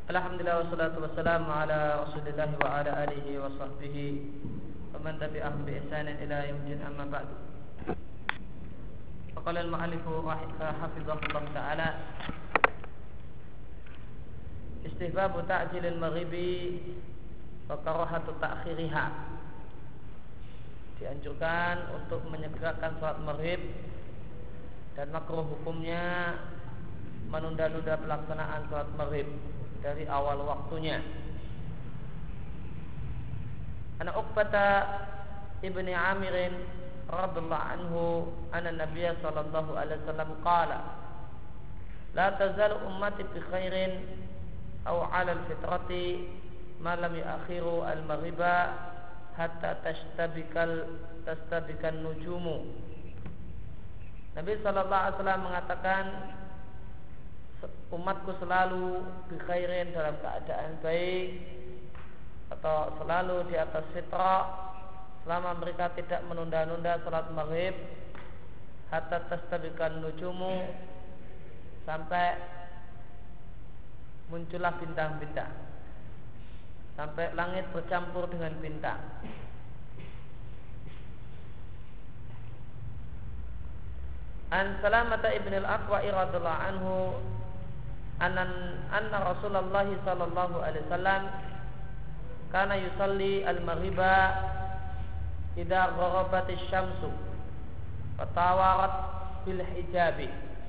Alhamdulillah wassalatu wassalamu ala Rasulillah wa ala alihi wa sahbihi wa man tabi'ahum bi ihsanin ila yaumil amma ba'du. Qala al-mu'allif hafizahullah ta'ala istihbabu ta'jil al-maghribi wa karahatu ta'khiriha. Dianjurkan untuk menyegerakan salat maghrib dan makruh hukumnya menunda-nunda pelaksanaan salat maghrib dari awal waktunya. Ana Uqbata ibni Amir radhiyallahu anhu anna Nabiy sallallahu alaihi wasallam qala la tazalu ummati bi khairin aw 'ala al-fitrati ma lam yu'akhiru al-maghriba hatta tastabikan nujumu. Nabi sallallahu alaihi wasallam mengatakan umatku selalu bi khairin, dalam keadaan baik atau selalu di atas fitrah selama mereka tidak menunda-nunda salat maghrib hatta tastabikan nujumu, sampai muncullah bintang-bintang, sampai langit bercampur dengan bintang. An Salamah ibn al-Aqwa radhiyallahu anhu anna Rasulullah sallallahu alaihi wasallam kana yusalli al-maghriba idza gharabat asy-syamsu wa tawarat bil hijabi.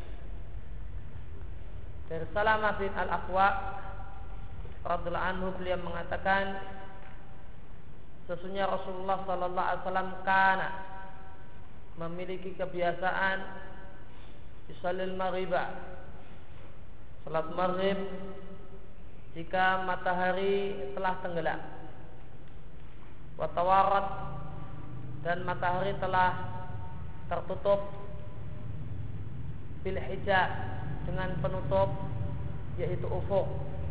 Dari Salamah bin al-Aqwa radhiyallahu anhu, beliau mengatakan sesungguhnya Rasulullah sallallahu alaihi wasallam kana memiliki kebiasaan yusalli al-maghriba, salat maghrib jika matahari telah tenggelam, wa tawarat, dan matahari telah tertutup, bil hijab, dengan penutup yaitu ufuk.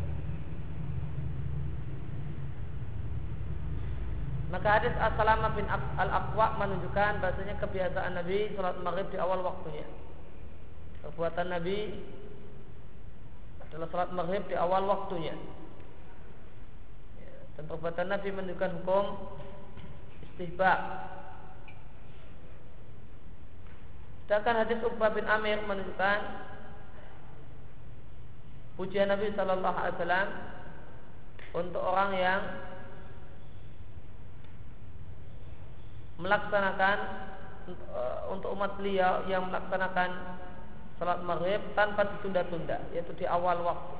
Maka hadis As-Salamah bin Al-Aqwa menunjukkan bahasanya kebiasaan Nabi salat maghrib di awal waktunya. Perbuatan Nabi adalah salat maghrib di awal waktunya. Dan perbuatan Nabi menunjukkan hukum istihbab. Sedangkan hadis Uqbah bin Amir menunjukkan pujian Nabi sallallahu alaihi wasallam untuk orang yang melaksanakan, untuk umat beliau yang melaksanakan salat maghrib tanpa ditunda-tunda, yaitu di awal waktu.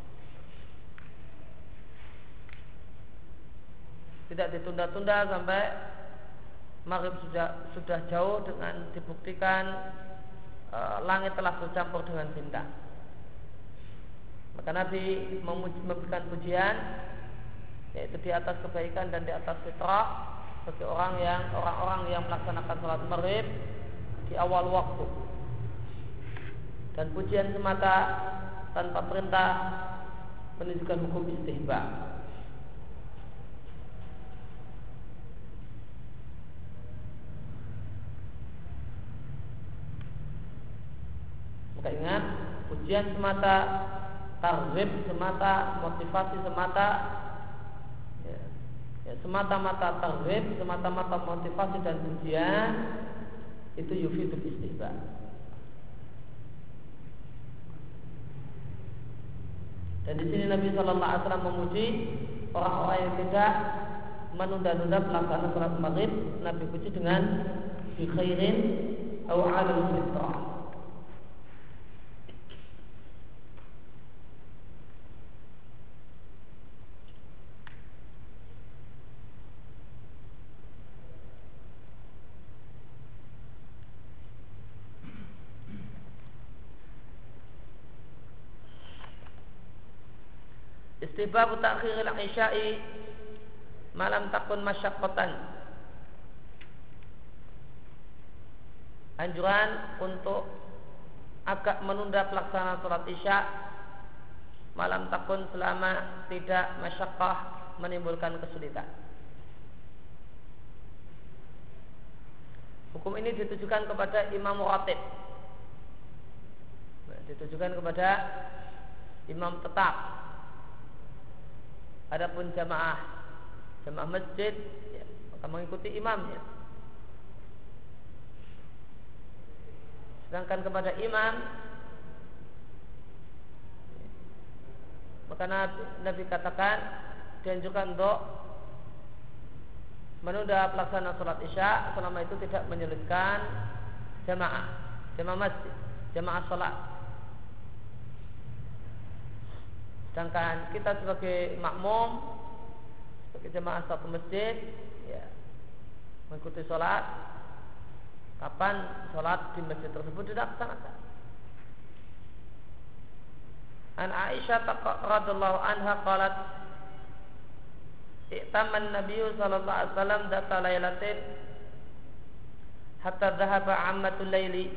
Tidak ditunda-tunda sampai maghrib sudah jauh, dengan dibuktikan langit telah bercampur dengan bintang. Maka Nabi memberikan pujian, yaitu di atas kebaikan dan di atas fitrah, bagi orang-orang yang melaksanakan salat maghrib di awal waktu. Dan pujian semata tanpa perintah menunjukkan hukum istihbab. Maka ingat, pujian semata, targhib semata, motivasi semata, semata-mata targhib, semata-mata motivasi dan pujian, itu yufidul istihbab. Dan di sini Nabi sallallahu alaihi wasallam memuji orang-orang yang tidak menunda-nunda pelaksanaan salat maghrib. Nabi puji dengan bi khairin aw 'ala al-fitrah. Istihbabu ta'khiril isya'i malam takun masyaqqatan. Anjuran untuk agak menunda pelaksanaan salat isya malam takun, selama tidak masyaqqah, menimbulkan kesulitan. Hukum ini ditujukan kepada imam ratib, ditujukan kepada imam tetap, Adapun jamaah masjid, ya, maka mengikuti imamnya. Sedangkan kepada imam, maka Nabi katakan dianjurkan untuk menunda pelaksanaan sholat isya selama itu tidak menyulitkan jamaah masjid, jamaah sholat. Sedangkan kita sebagai makmum, sebagai jamaah satu masjid, ya, mengikuti sholat kapan sholat di masjid tersebut dilaksanakan. An Aisyah radhiyallahu anha qalat i'taman Nabi sallallahu alaihi wasallam data lailatin hatta dhahaba ammatul laili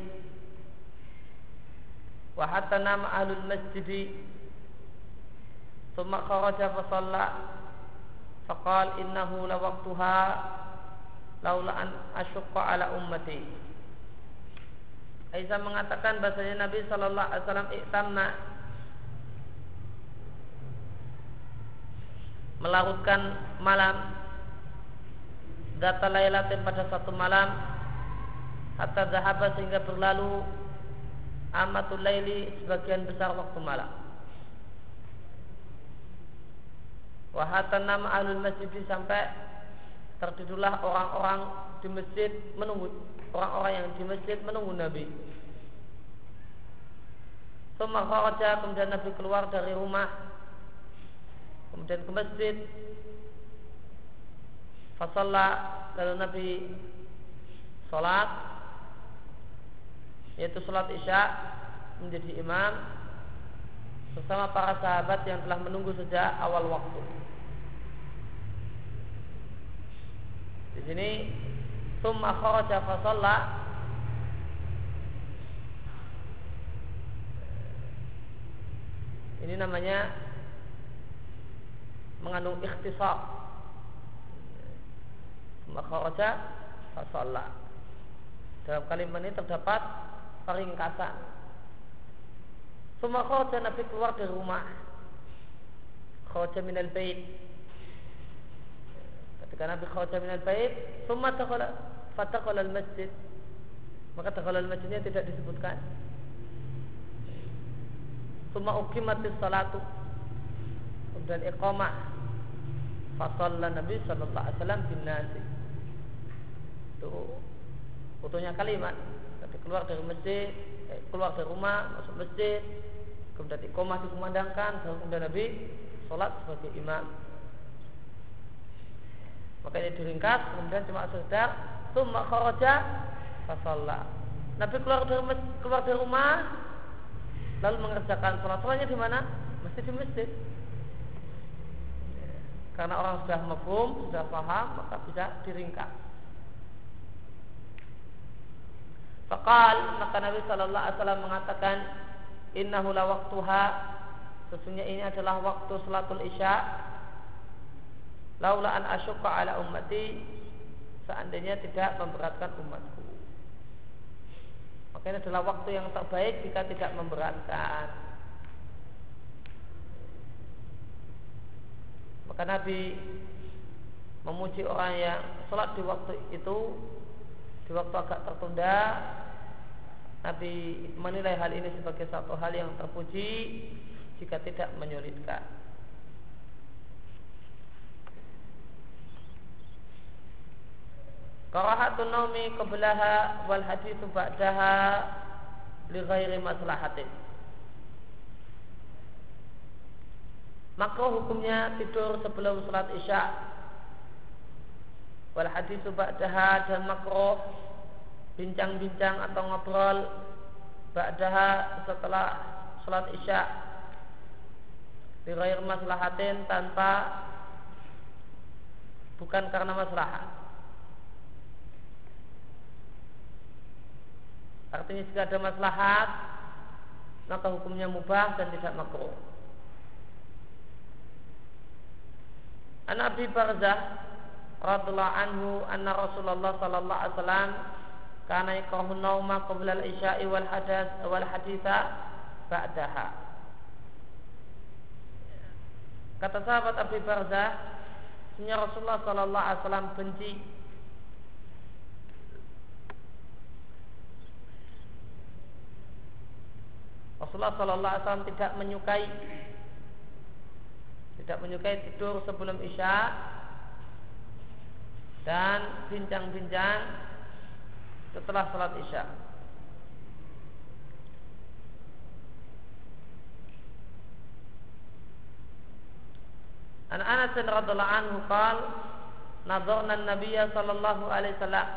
wa hatta nama ahlul masjid thumma kharaja fa shalla faqala innahu la waqtuha laula an asyqa ala ummati. Aisyah mengatakan bahasanya Nabi sallallahu alaihi wasallam i'tamna, melarutkan malam, data lailatin pada satu malam, hatta zahaba sehingga berlalu amatul laili sebagian besar waktu malam. Wa hatta nama ahlul masjid sampai tertidurlah orang-orang di masjid menunggu, orang-orang yang di masjid menunggu Nabi. Tsumma kharaja, kemudian Nabi keluar dari rumah, kemudian ke masjid. Fasalla, lalu Nabi sholat, yaitu sholat isya, menjadi imam bersama para sahabat yang telah menunggu sejak awal waktu. Di sini tsumma kharaja fasalla, ini namanya mengandung ikhtisar. Tsumma kharaja fasalla, dalam kalimat ini terdapat peringkasan. Tsumma kharaja, Nabi keluar dari rumah, kharaja minal bait. Ketika Nabi kharaja minal bait, tsumma fadakhala al masjid, maka dakhala al masjidnya tidak disebutkan. Tsumma uqimatis salatu, kemudian iqamah, fa shalla Nabi sallallahu alaihi wasallam bin nasi. Itu utuhnya kalimat. Nabi keluar dari masjid, keluar dari rumah, masuk masjid, kemudian iqamah dikumandangkan, kemudian Nabi sholat sebagai imam. Maka ini diringkas, kemudian cuma sekedar tsumma kharaja fa shalla. Nabi keluar dari rumah lalu mengerjakan sholat. Sholatnya di mana? Masih di masjid. Karena orang sudah mafhum, sudah paham, maka bisa diringkas. Faqal, maka Nabi sallallahu alaihi wasallam mengatakan, innahu la waqtuha, sesungguhnya ini adalah waktu salatul isya. Laula an asyqa ala ummati, seandainya tidak memberatkan umatku. Maka ini adalah waktu yang terbaik jika tidak memberatkan. Maka Nabi memuji orang yang sholat di waktu itu, di waktu agak tertunda. Nabi menilai hal ini sebagai satu hal yang terpuji jika tidak menyulitkan. Karahatun naumi qablaha wal haditsu ba'daha li ghairi maslahatin. Makruh hukumnya tidur sebelum salat isya, wal haditsu ba'daha, dan makruh bincang-bincang atau ngobrol ba'daha setelah salat isya li ghairi maslahatin, tanpa, bukan karena maslahat. Artinya jika ada maslahat, maka hukumnya mubah dan tidak makruh. An Abi Barzah radhiyallahu anhu anna Rasulullah sallallahu alaihi wasallam kana yakrahu nauma qabla al-isya'i wal haditha ba'daha. Kata sahabat Abi Barzah, sesungguhnya Rasulullah sallallahu alaihi wasallam benci Rasulullah sallallahu alaihi wasallam tidak menyukai tidur sebelum Isya dan bincang-bincang setelah salat Isya. An Anas radhiyallahu anhu qala nadharna an-nabiy sallallahu alaihi wasallam.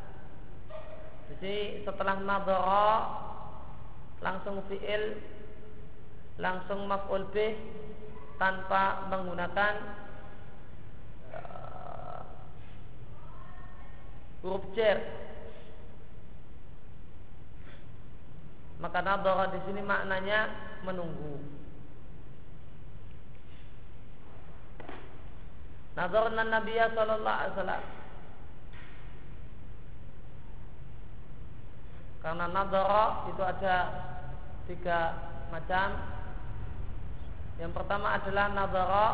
Jadi setelah nadhara langsung fi'il, langsung maf'ul bih tanpa menggunakan huruf jar. Maka nadhara di sini maknanya menunggu. Nadharna Nabiya sallallahu alaihi wasallam. Karena nadhara itu ada 3 macam. Yang pertama adalah nadhara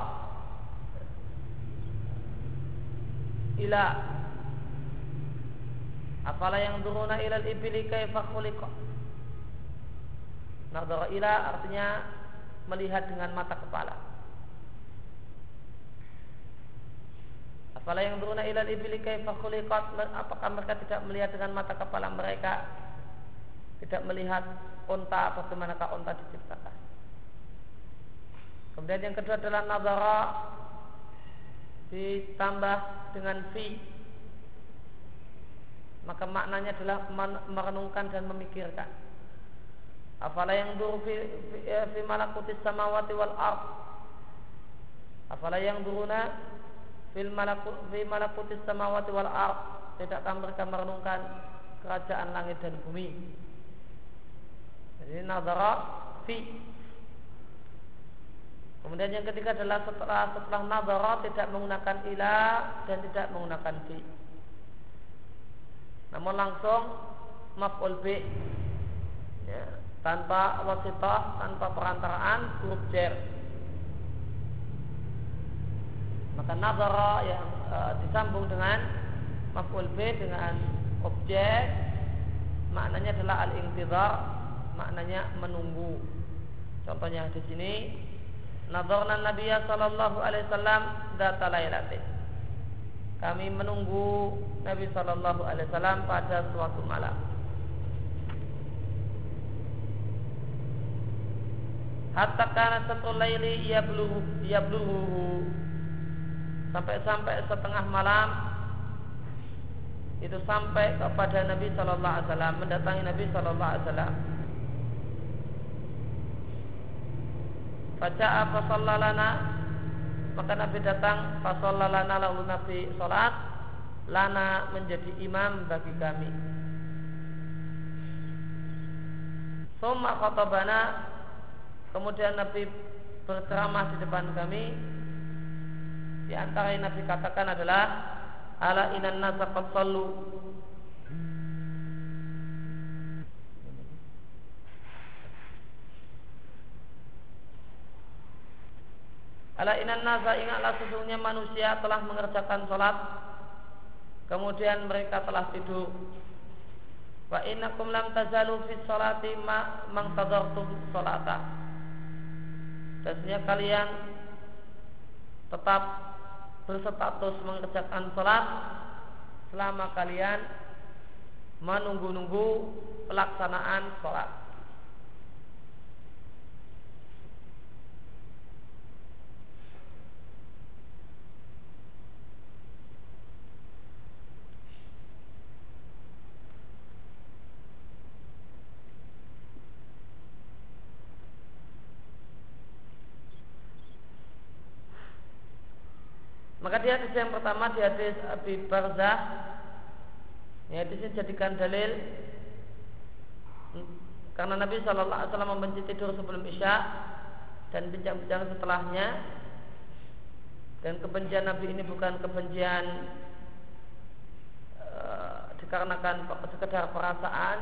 ila. Afala yang duruna ila al-ibli kaifa khuliqa. Nadhara ila artinya melihat dengan mata kepala. Afala yang duruna ila al-ibli kaifa khuliqat, apakah mereka tidak melihat dengan mata kepala mereka, tidak melihat unta bagaimanakah unta diciptakan. Kemudian yang kedua adalah nadhara ditambah dengan fi, maka maknanya adalah merenungkan dan memikirkan. Afala yang duru fi malakutis samawati wal ard. Afala yang duruna fi malakutis samawati wal ard. Tidakkah mereka merenungkan kerajaan langit dan bumi? Jadi nadhara fi. Kemudian yang ketiga adalah setelah nadhara tidak menggunakan ila dan tidak menggunakan fi, namun langsung maf'ul bih, ya, tanpa wasithah, tanpa perantaraan huruf jar. Maka nadhara yang disambung dengan maf'ul bih dengan objek, maknanya adalah al-intidhar, maknanya menunggu. Contohnya di sini, nadharna Nabiyya sallallahu alaihi wasallam dzata lailatin. Kami menunggu Nabi sallallahu alaihi wasallam pada suatu malam. Hatta kana satul laili yablughu. Sampai setengah malam itu sampai kepada Nabi sallallahu alaihi wasallam, mendatangi Nabi sallallahu alaihi wasallam. Faja'a fa sallalana, maka Nabi datang, fa sallalana, lalu Nabi salat lana, menjadi imam bagi kami. Summa khatabana, kemudian Nabi berceramah di depan kami. Di antara yang Nabi katakan adalah ala inan nasa qad sallu. Ala inan nasa, ingatlah sesungguhnya manusia telah mengerjakan salat, kemudian mereka telah tidur. Wa innakum lam tazalu fi sholati ma mangtadartum sholata. Dan sesungguhnya kalian tetap berstatus mengerjakan salat selama kalian menunggu-nunggu pelaksanaan salat. Maka di hadis yang pertama, di hadis Abi Barzah, ya, hadis ini jadikan dalil karena Nabi sallallahu alaihi wasallam membenci tidur sebelum Isya dan bincang-bincang setelahnya. Dan kebencian Nabi ini bukan kebencian dikarenakan sekedar perasaan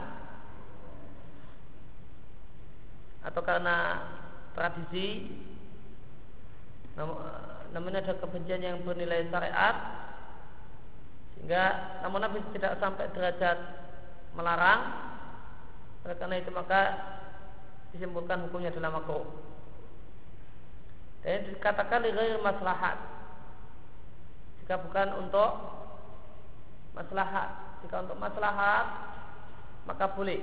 atau karena tradisi, namun ada kebencian yang bernilai syariat, sehingga namun Nabi tidak sampai derajat melarang. Oleh karena itu maka disimpulkan hukumnya adalah makruh. Dan dikatakan li ghairi maslahat, jika bukan untuk maslahat. Jika untuk maslahat maka boleh.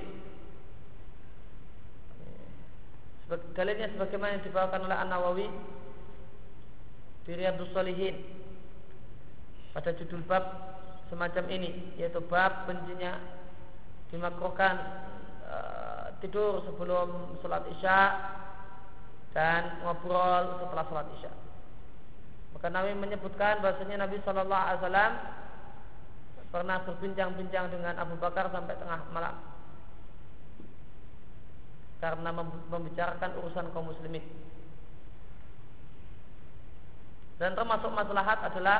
Dalilnya sebagaimana yang dibawakan oleh An-Nawawi di Riyadhus Shalihin pada judul bab semacam ini, yaitu bab bencinya dimakruhkan tidur sebelum sholat isya dan ngobrol setelah sholat isya. Maka Nabi menyebutkan bahasanya Nabi SAW pernah berbincang-bincang dengan Abu Bakar sampai tengah malam karena membicarakan urusan kaum muslimin. Dan termasuk maslahat adalah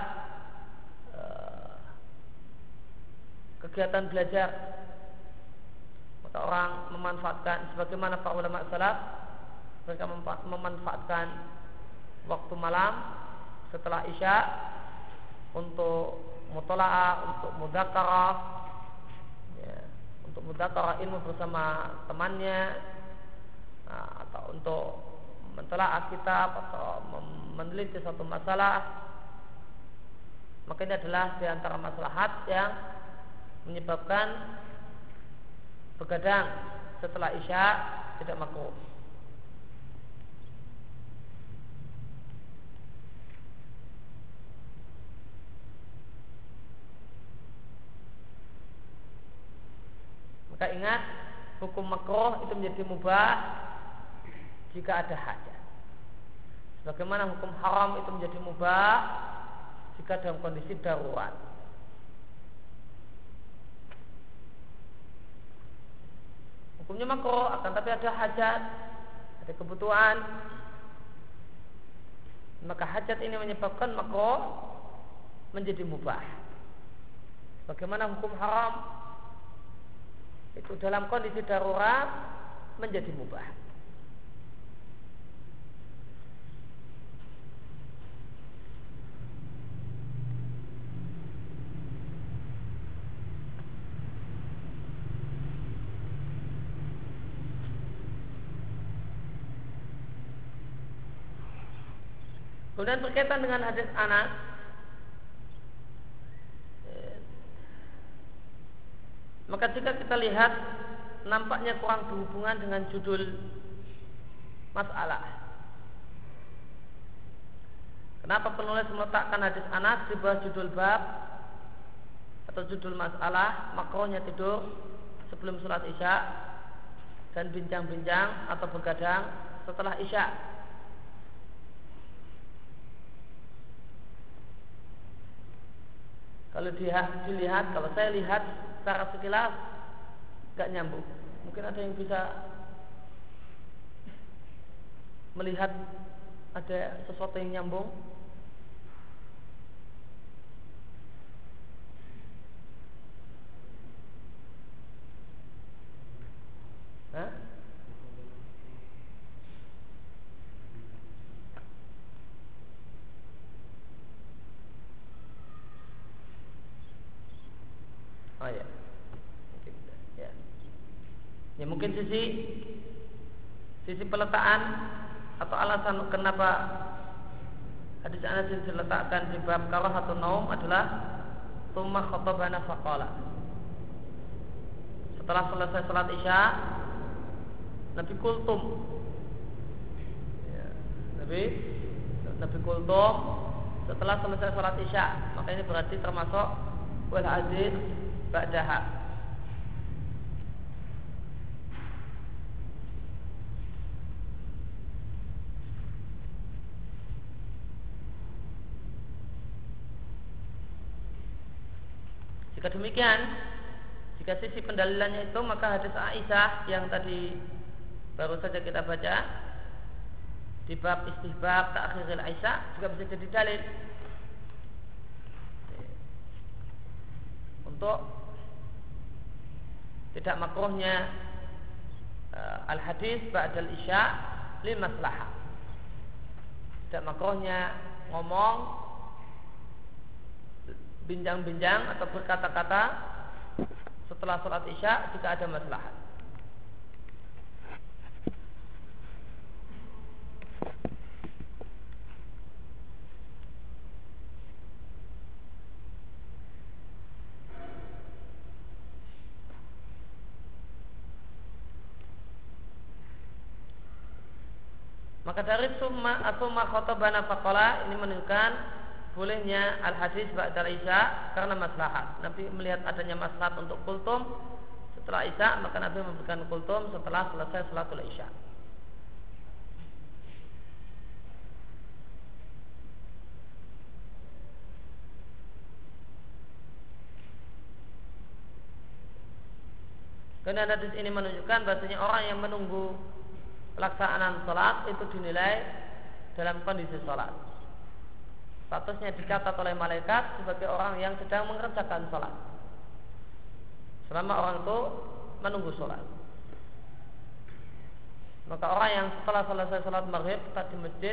kegiatan belajar. Maka orang memanfaatkan, sebagaimana para ulama salaf, mereka memanfaatkan waktu malam setelah isya untuk mutola'ah, untuk mudzakarah, ya, untuk mudzakarah ilmu bersama temannya, atau untuk mentelaah kitab atau meneliti suatu masalah. Maka ini adalah di antara maslahat yang menyebabkan begadang setelah isya tidak makruh. Maka ingat, hukum makruh itu menjadi mubah jika ada hajat. Sebagaimana hukum haram itu menjadi mubah jika dalam kondisi darurat. Hukumnya makruh, akan tapi ada hajat, ada kebutuhan, maka hajat ini menyebabkan makruh menjadi mubah. Bagaimana hukum haram itu dalam kondisi darurat menjadi mubah. Kemudian berkaitan dengan hadis Anas, maka jika kita lihat nampaknya kurang berhubungan dengan judul masalah. Kenapa penulis meletakkan hadis Anas di bawah judul bab atau judul masalah makruhnya tidur sebelum sholat isya dan bincang-bincang atau begadang setelah isya? Kalau dilihat, kalau saya lihat secara sekilas gak nyambung. Mungkin ada yang bisa melihat ada sesuatu yang nyambung. Hah? Oh ya, mungkin ya. Ya mungkin sisi peletakan atau alasan kenapa hadis Anas diletakkan di bab karahatun naum adalah tsumma khatabana faqala. Setelah selesai salat isya, Nabi kultum. Ya, Nabi kultum setelah selesai salat isya. Maka ini berarti termasuk wal aziz ba'daha. Jika demikian, jika sisi pendalilannya itu, maka hadis Aisyah yang tadi baru saja kita baca di bab istihbab ta'khiril Aisyah juga bisa jadi dalil untuk tidak makruhnya al-hadis ba'dal isya li maslahah. tidak makruhnya ngomong, bincang-bincang atau berkata-kata setelah sholat isya jika ada maslahat. Maka dari summa khotobana faqala ini menunjukkan bolehnya al-hadis ba'dal isya karena maslahat. Nabi melihat adanya maslahat untuk kultum setelah isya, maka Nabi memberikan kultum setelah selesai salatul isya. Karena hadis ini menunjukkan bahasanya orang yang menunggu pelaksanaan sholat itu dinilai dalam kondisi sholat. Statusnya dicatat oleh malaikat sebagai orang yang sedang mengerjakan sholat selama orang itu menunggu sholat. Maka orang yang setelah selesai sholat maghrib tetap di masjid,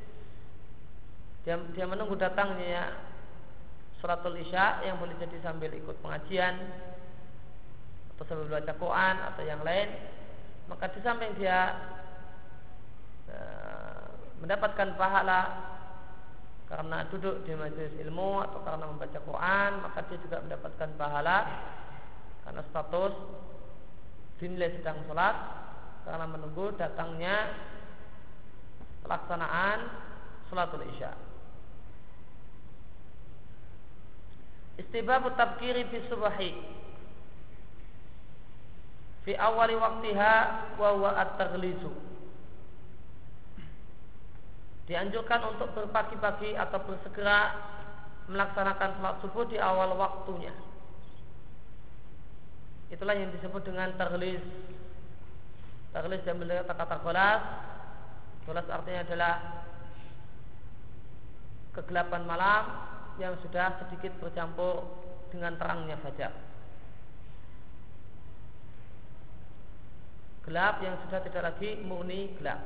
dia menunggu datangnya sholatul isya, yang boleh jadi sambil ikut pengajian atau sambil baca Quran atau yang lain, maka di samping dia mendapatkan pahala karena duduk di majelis ilmu atau karena membaca Quran, maka dia juga mendapatkan pahala karena status dinilai sedang sholat karena menunggu datangnya pelaksanaan sholatul isya. Istibab tabkiri fi subhi fi awali waktiha wa huwa at-taghlizu. Dianjurkan untuk berpagi-pagi atau bersegera melaksanakan salat subuh di awal waktunya. Itulah yang disebut dengan taghliz. Taghliz yang berarti kata golas. Golas artinya adalah kegelapan malam yang sudah sedikit bercampur dengan terangnya fajar. Gelap yang sudah tidak lagi murni gelap.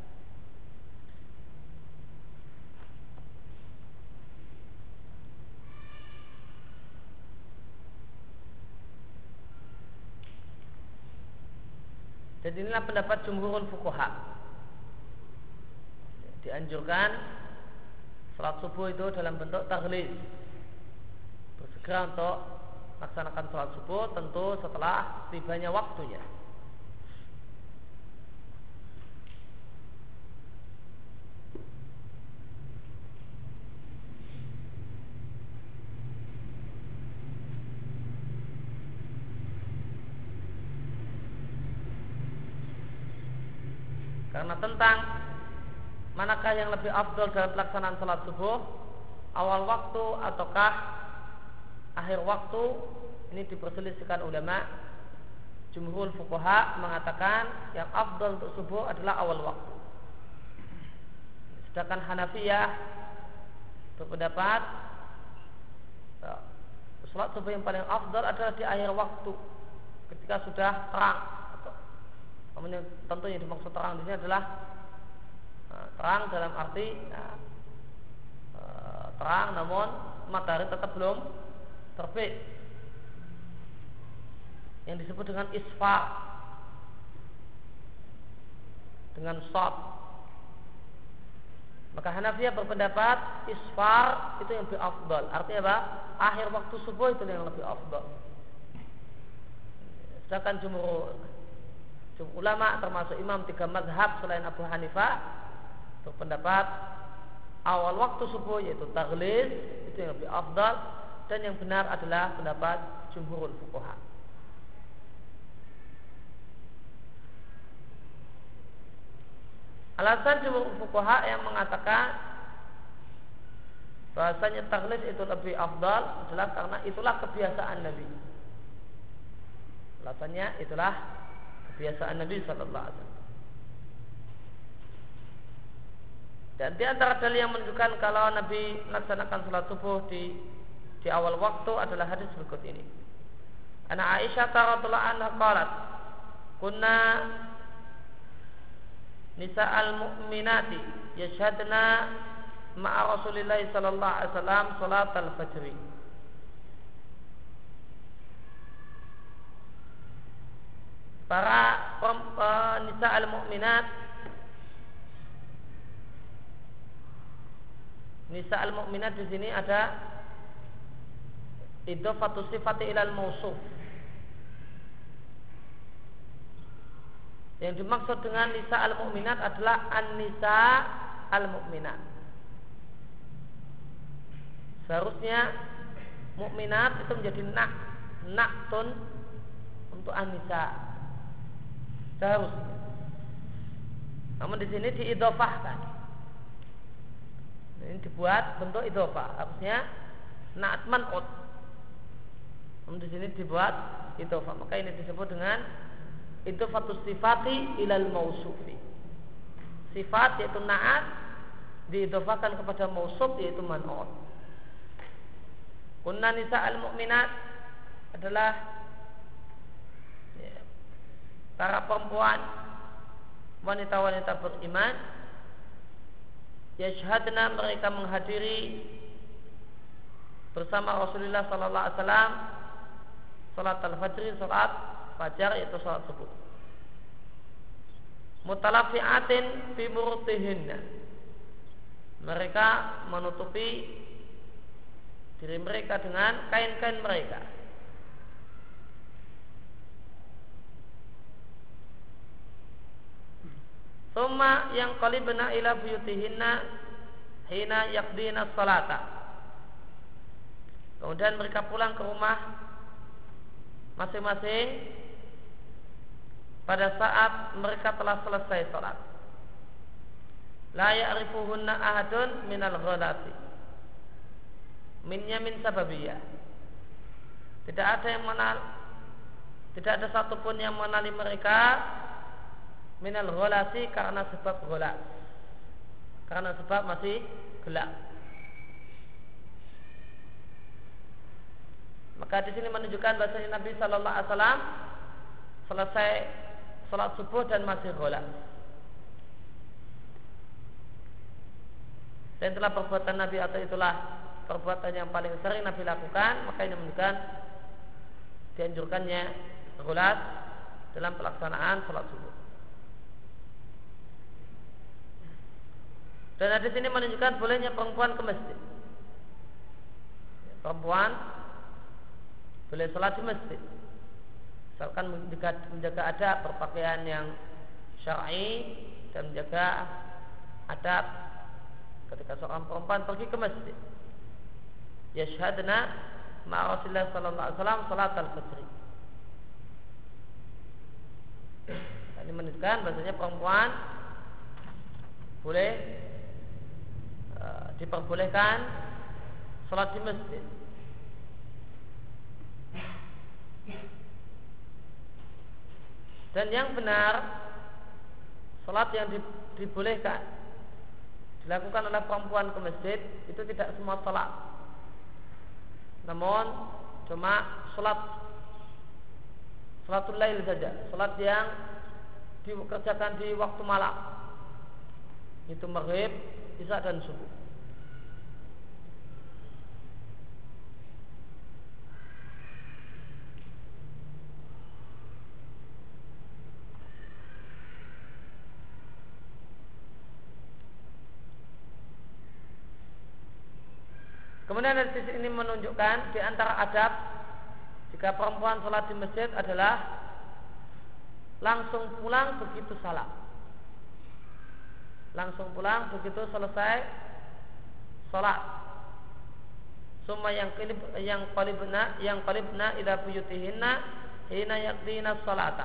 Dan inilah pendapat jumhurul fuqaha. Dianjurkan salat subuh itu dalam bentuk taghliz. Bersegera untuk melaksanakan salat subuh tentu setelah tibanya waktunya. Karena tentang manakah yang lebih afdol dalam pelaksanaan salat subuh, awal waktu ataukah akhir waktu, ini diperselisihkan ulama. Jumhur fuqaha mengatakan yang afdol untuk subuh adalah awal waktu. Sedangkan Hanafiyah berpendapat salat subuh yang paling afdol adalah di akhir waktu, ketika sudah terang. Tentu yang dimaksud terang di sini adalah terang dalam arti terang namun matahari tetap belum terbit, yang disebut dengan isfar dengan shad. Maka Hanafiyah berpendapat isfar itu yang lebih afdal. Artinya apa? Akhir waktu subuh itu yang lebih afdal. Sedangkan jumhur ulama termasuk imam 3 mazhab selain Abu Hanifah berpendapat awal waktu subuh yaitu taghliz itu yang lebih afdal, dan yang benar adalah pendapat jumhurul fuqaha. Alasan jumhur fuqaha yang mengatakan bahasanya taghliz itu lebih afdal adalah karena itulah kebiasaan Nabi. Alasannya itulah kebiasaan Nabi sallallahu alaihi wasallam. Dan di antara dalil yang menunjukkan kalau Nabi melaksanakan salat subuh di awal waktu adalah hadis berikut ini. Ana Aisyah radhiyallahu anha qalat, "Kunna nisa al-mu'minati yashhadna ma'a Rasulillah sallallahu alaihi wasallam salat al-fajr. Para nisa al-mu'minat, nisa al-mu'minat di sini ada idhofatu sifati ilal mausuf. Yang dimaksud dengan nisa al-mu'minat adalah an-nisa al-mu'minat. Seharusnya mukminat itu menjadi naktun untuk an-nisa. Seharusnya. Namun di sini diidhofahkan. Ini dibuat bentuk idhofah. Harusnya na'at man'ut. Namun di sini dibuat idhofah. Maka ini disebut dengan idhofatus sifati ilal mausufi. Sifat yaitu na'at diidhofahkan kepada mausuf yaitu man'ut. Kunna nisa al-mu'minat adalah para perempuan wanita-wanita beriman, yashhadna mereka menghadiri bersama Rasulullah sallallahu alaihi wasallam salat al-fajr, salat fajar yaitu salat subuh. Mutalafiatin fi murutihinna, mereka menutupi diri mereka dengan kain-kain mereka. Summa yang qalibna ila buyutihinna hina yaqdina salata. Kemudian mereka pulang ke rumah masing-masing pada saat mereka telah selesai salat. La ya'rifuhunna ahadun minal ghalati. Minnya min sababiyah. Tidak ada satupun yang mengenali mereka minal ghalasi karena sebab ghalas. Karena sebab masih gelap. Maka di sini menunjukkan bahasanya Nabi sallallahu alaihi wasallam selesai salat subuh dan masih ghalas. Dan itulah perbuatan Nabi atau itulah perbuatan yang paling sering Nabi lakukan. Maka ini menunjukkan dianjurkannya ghalas dalam pelaksanaan salat subuh. Dan hadis ini menunjukkan bolehnya perempuan ke masjid. Perempuan boleh salat di masjid, asalkan menjaga adab berpakaian yang syar'i dan menjaga adab ketika seorang perempuan pergi ke masjid. Yashhadna ma'a Rasulullah sallallahu alaihi wasallam salat al-fajr. Ini menunjukkan bahasanya perempuan boleh diperbolehkan salat di masjid. Dan yang benar, salat yang dibolehkan dilakukan oleh perempuan ke masjid itu tidak semua salat, namun cuma salatul lail saja, salat yang dikerjakan di waktu malam, itu maghrib, isya dan subuh. Kemudian dari sisi ini menunjukkan di antara adab jika perempuan sholat di masjid adalah langsung pulang begitu salam. Langsung pulang begitu selesai sholat. Summa yang qalibna ila buyutihinna hina yaqdina sholata.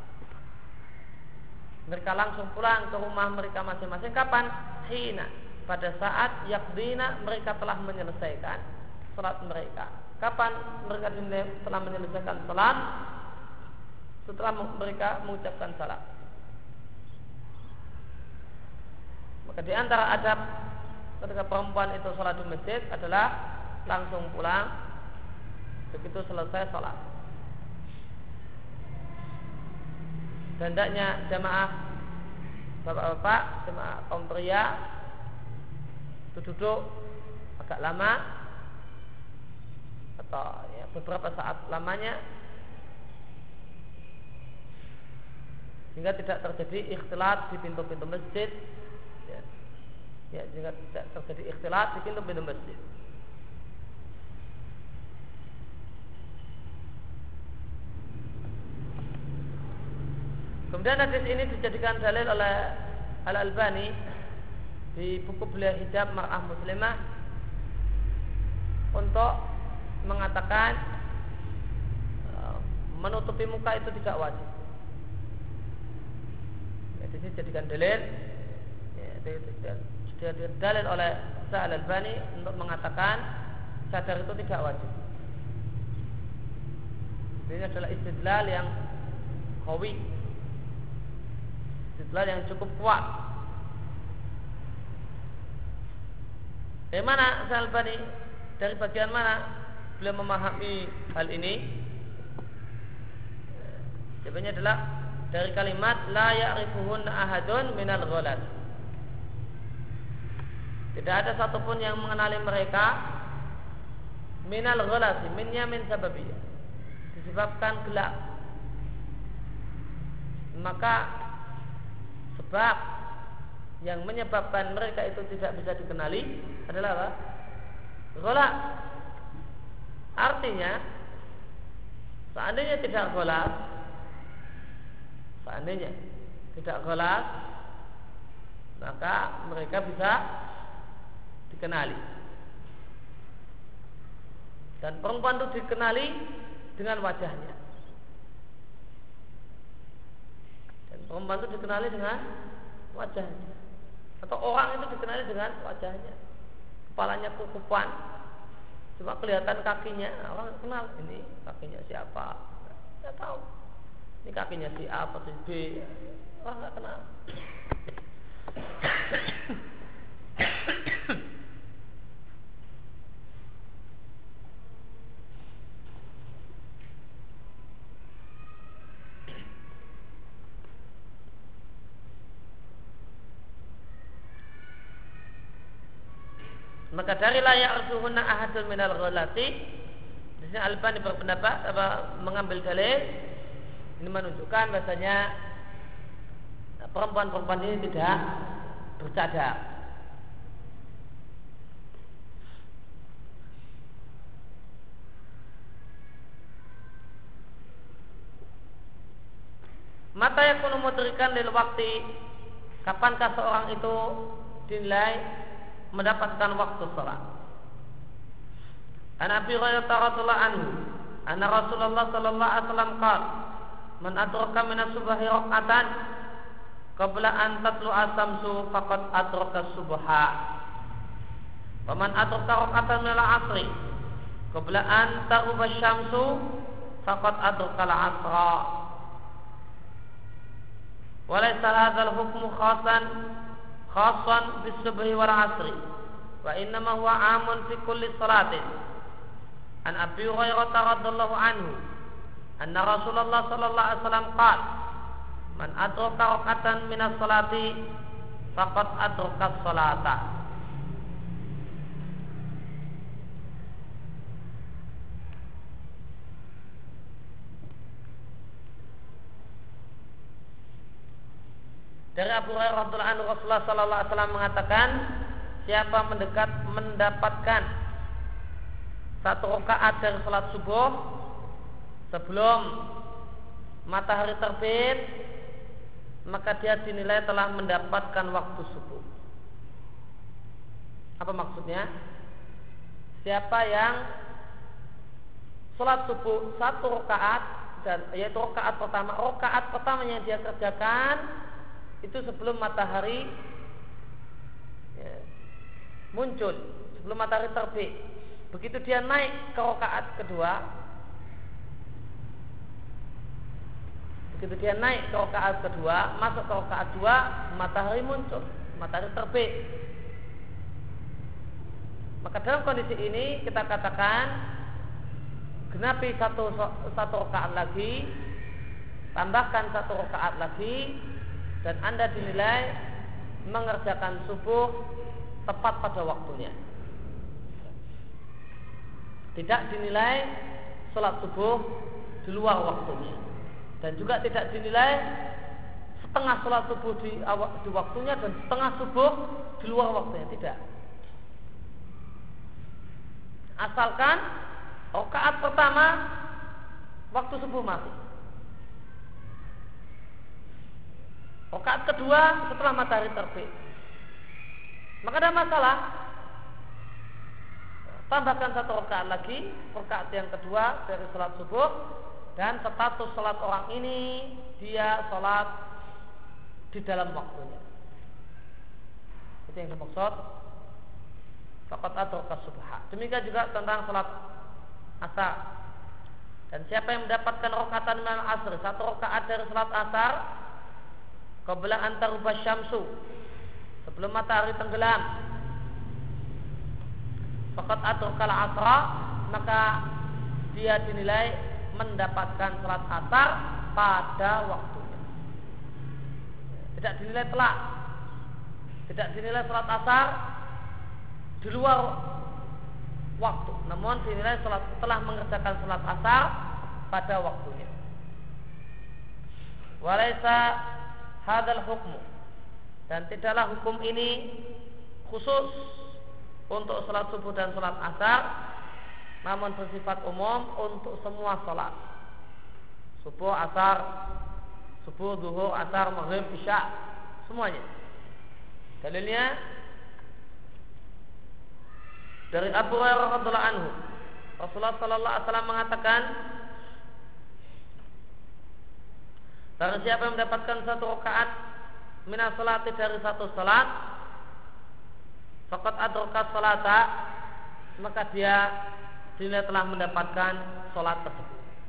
Mereka langsung pulang ke rumah mereka masing-masing. Kapan? Hina, pada saat yaqdina mereka telah menyelesaikan salat mereka. Kapan mereka telah menyelesaikan salat? Setelah mereka mengucapkan salam. Maka di antara adab ketika perempuan itu salat di masjid adalah langsung pulang begitu selesai salat. Dan hendaknya jamaah bapak-bapak, kaum pria itu duduk agak lama atau ya, beberapa saat lamanya sehingga tidak terjadi ikhtilat di pintu-pintu masjid, ya sehingga tidak terjadi ikhtilat di pintu-pintu masjid. Kemudian hadis ini dijadikan dalil oleh Al-Albani di buku beliau Hijab Mar'ah Muslimah untuk mengatakan menutupi muka itu tidak wajib. Jadi ini dijadikan dalil, dalil oleh Al-Albani untuk mengatakan cadar itu tidak wajib. Ini adalah istidlal yang qawi, istidlal yang cukup kuat. Dari mana Al-Albani? Dari bagian mana beliau memahami hal ini? Jawabannya adalah dari kalimat la ya'rifuhunna ahadun minal ghalat. Tidak ada satupun yang mengenali mereka minal ghalat, minnya min sababiyah, disebabkan gelap. Maka sebab yang menyebabkan mereka itu tidak bisa dikenali adalah apa? Ghalat. Artinya seandainya tidak ghalat, maka mereka bisa dikenali. Dan perempuan itu dikenali dengan wajahnya. Atau orang itu dikenali dengan wajahnya. Kepalanya kukupan, cuma kelihatan kakinya, orang kenal ini kakinya siapa, nggak tahu. Ini kakinya si A atau si B, orang nggak kenal. Maka dari layak arsuhunna ahadun minal ghalati, di sini Al-Albani berpendapat mengambil dalil ini menunjukkan bahasanya perempuan-perempuan ini tidak bercadar. Mata yakunu mudrikan lil waqti, kapankah seorang itu dinilai mendapatkan waktu salat? An Abi Hurairah radhiyallahu anhu anna Rasulullah sallallahu alaihi wasallam qala man adraka min as-subhi rak'atan qabla an tatlu'a as-samsu faqad adraka as-subha wa man adraka rak'atan min al-'asri qabla an taghuba asy-syamsu faqad adraka al-'asra. Wa laysa hadzal hukmu khasan bis-subhi wal 'asri wa innama huwa 'amun fi kulli salatin. An Abi Hurairah radhiyallahu anhu anna Rasulullah sallallahu alaihi wasallam qala man adraka rak'atan min as-salati faqad adraka as-salata. Dari Abu Hurairah radhiyallahu anhu Rasulullah sallallahu alaihi wasallam mengatakan, siapa mendapatkan satu rakaat dari salat subuh sebelum matahari terbit, maka dia dinilai telah mendapatkan waktu subuh. Apa maksudnya? Siapa yang salat subuh satu rakaat, dan yaitu rakaat pertama yang dia kerjakan itu sebelum matahari muncul, sebelum matahari terbit. Begitu dia naik ke rakaat kedua, masuk ke rakaat dua, matahari muncul, matahari terbit. Maka dalam kondisi ini kita katakan genapi satu rakaat lagi, tambahkan satu rakaat lagi, dan Anda dinilai mengerjakan subuh tepat pada waktunya. Tidak dinilai sholat subuh di luar waktunya, dan juga tidak dinilai setengah sholat subuh di waktunya dan setengah subuh di luar waktunya. Tidak. Asalkan rakaat pertama waktu subuh masih, rakaat kedua setelah matahari terbit, maka ada masalah. Tambahkan satu rakaat lagi, rakaat yang kedua dari sholat subuh, dan status sholat orang ini dia sholat di dalam waktunya. Itu yang dimaksud faqad adraka subha. Demikian juga tentang sholat asar. Dan siapa yang mendapatkan rakaatan minal asr, satu rakaat dari sholat asar, qabla an taruba syamsu, sebelum matahari tenggelam, faqad adraka al-asra, maka dia dinilai mendapatkan sholat asar pada waktunya. Tidak dinilai telat, tidak dinilai sholat asar di luar waktu, namun dinilai telah mengerjakan sholat asar pada waktunya. Walaisa hadzal hukmu, dan tidaklah hukum ini khusus untuk sholat subuh dan sholat asar, namun bersifat umum untuk semua sholat subuh, asar, subuh, zuhur, asar, maghrib, isya, semuanya. Dalilnya dari Abu Hurairah radhiyallahu anhu, Rasulullah sallallahu alaihi wasallam mengatakan, barang siapa yang mendapatkan satu rakaat minas salati dari satu salat, faqad adraka salata, maka dia dinilai telah mendapatkan salat tersebut.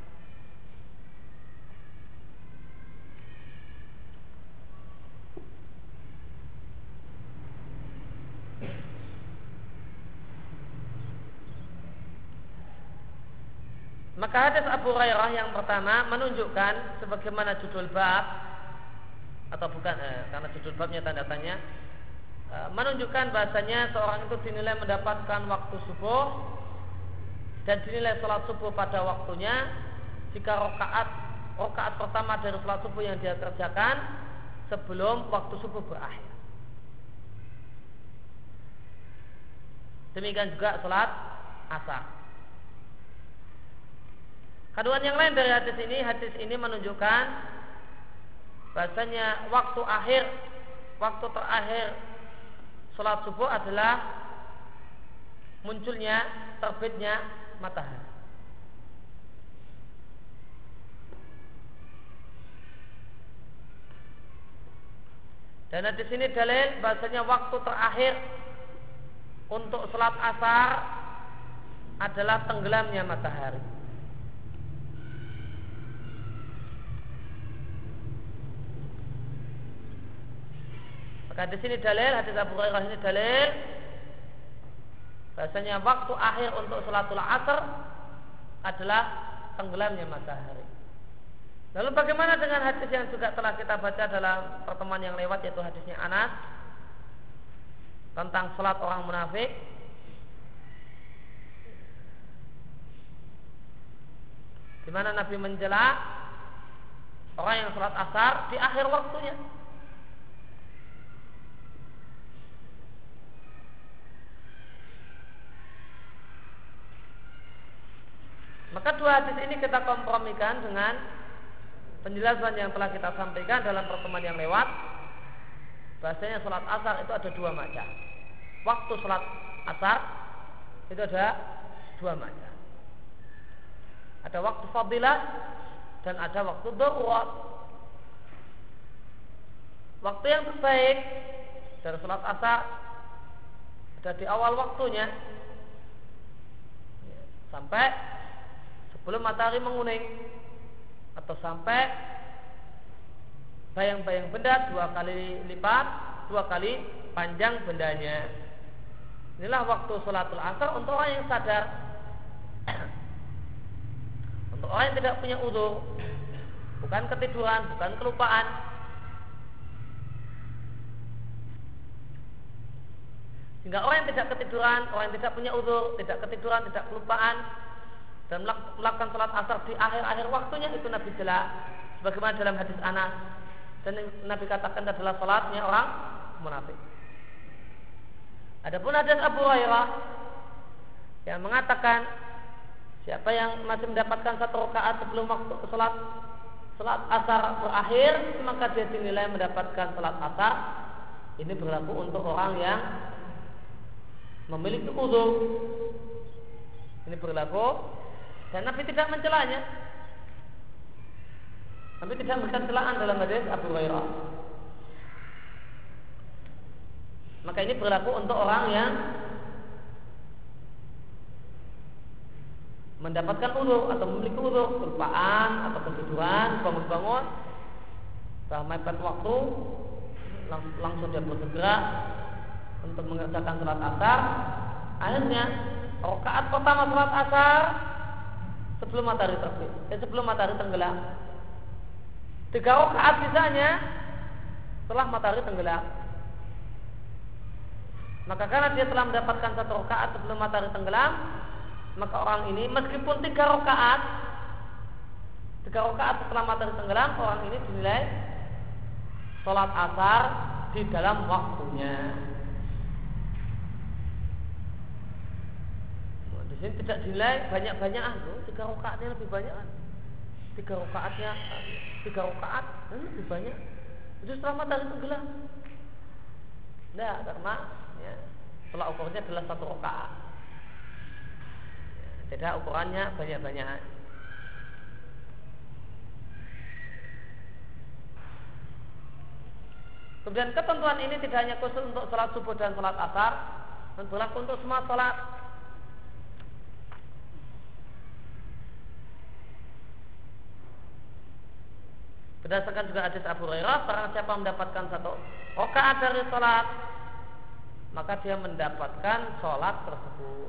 Maka hadis Abu Hurairah yang pertama menunjukkan sebagaimana judul bab, atau bukan karena judul babnya tanda tanya, menunjukkan bahasanya seorang itu dinilai mendapatkan waktu subuh dan dinilai sholat subuh pada waktunya jika rakaat pertama dari sholat subuh yang dia kerjakan sebelum waktu subuh berakhir. Demikian juga sholat asar. Kandungan yang lain dari hadis ini menunjukkan bahasanya waktu terakhir sholat subuh adalah munculnya, terbitnya matahari. Dan hadis ini dalil bahasanya waktu terakhir untuk sholat asar adalah tenggelamnya matahari. Maka di sini dalil, hadis Abu Hurairah ini dalil bahasanya waktu akhir untuk sholatul asar adalah tenggelamnya matahari. Lalu bagaimana dengan hadis yang juga telah kita baca dalam pertemuan yang lewat, yaitu hadisnya Anas tentang sholat orang munafik? Di mana Nabi mencela orang yang sholat asar di akhir waktunya. Maka dua hadis ini kita kompromikan dengan penjelasan yang telah kita sampaikan dalam pertemuan yang lewat. Bahasanya sholat asar itu ada dua macam. Waktu sholat asar itu ada dua macam. Ada waktu fadilah dan ada waktu darurat. Waktu yang terbaik dari sholat asar ada di awal waktunya sampai sebelum matahari menguning, atau sampai bayang-bayang benda dua kali lipat, dua kali panjang bendanya. Inilah waktu sholatul asar untuk orang yang sadar. Untuk orang yang tidak punya udzur, bukan ketiduran, bukan kelupaan. Sehingga orang yang tidak ketiduran, orang yang tidak punya uzur, tidak ketiduran, tidak kelupaan dan melakukan salat asar di akhir-akhir waktunya, itu Nabi jelas sebagaimana dalam hadis Anas, dan Nabi katakan adalah salatnya orang munafik. Adapun hadis Abu Hurairah yang mengatakan siapa yang masih mendapatkan satu rakaat sebelum waktu salat asar berakhir, maka dia dinilai mendapatkan salat asar. Ini berlaku untuk orang yang memiliki uzur. Ini berlaku, dan Nabi tidak mencelanya. Nabi tidak memberikan celaan dalam hadis Abu Hurairah. Maka ini berlaku untuk orang yang mendapatkan uzur atau memiliki uzur, kelupaan atau ketiduran, bangun-bangun, setelah mepet waktu, langsung dia bersegera untuk mengerjakan salat asar. Akhirnya rakaat pertama salat asar sebelum matahari terbit, sebelum matahari tenggelam. 3 rakaat sisanya setelah matahari tenggelam. Maka karena dia telah mendapatkan 1 rakaat sebelum matahari tenggelam, maka orang ini meskipun 3 rakaat setelah matahari tenggelam, orang ini dinilai salat asar di dalam waktunya. Di sini tidak dinilai banyak-banyakan, 3 rakaatnya lebih banyak kan? 3 rakaat lebih banyak. Itu setelah matahari tenggelam. Tidak, karena ya, tolak ukurnya adalah 1 rakaat. Tidak ukurannya banyak-banyakan. Kemudian ketentuan ini tidak hanya khusus untuk salat subuh dan salat asar, dan berlaku untuk semua salat. Berdasarkan juga hadis Abu Hurairah, barang siapa mendapatkan 1 rakaat dari salat, maka dia mendapatkan salat tersebut.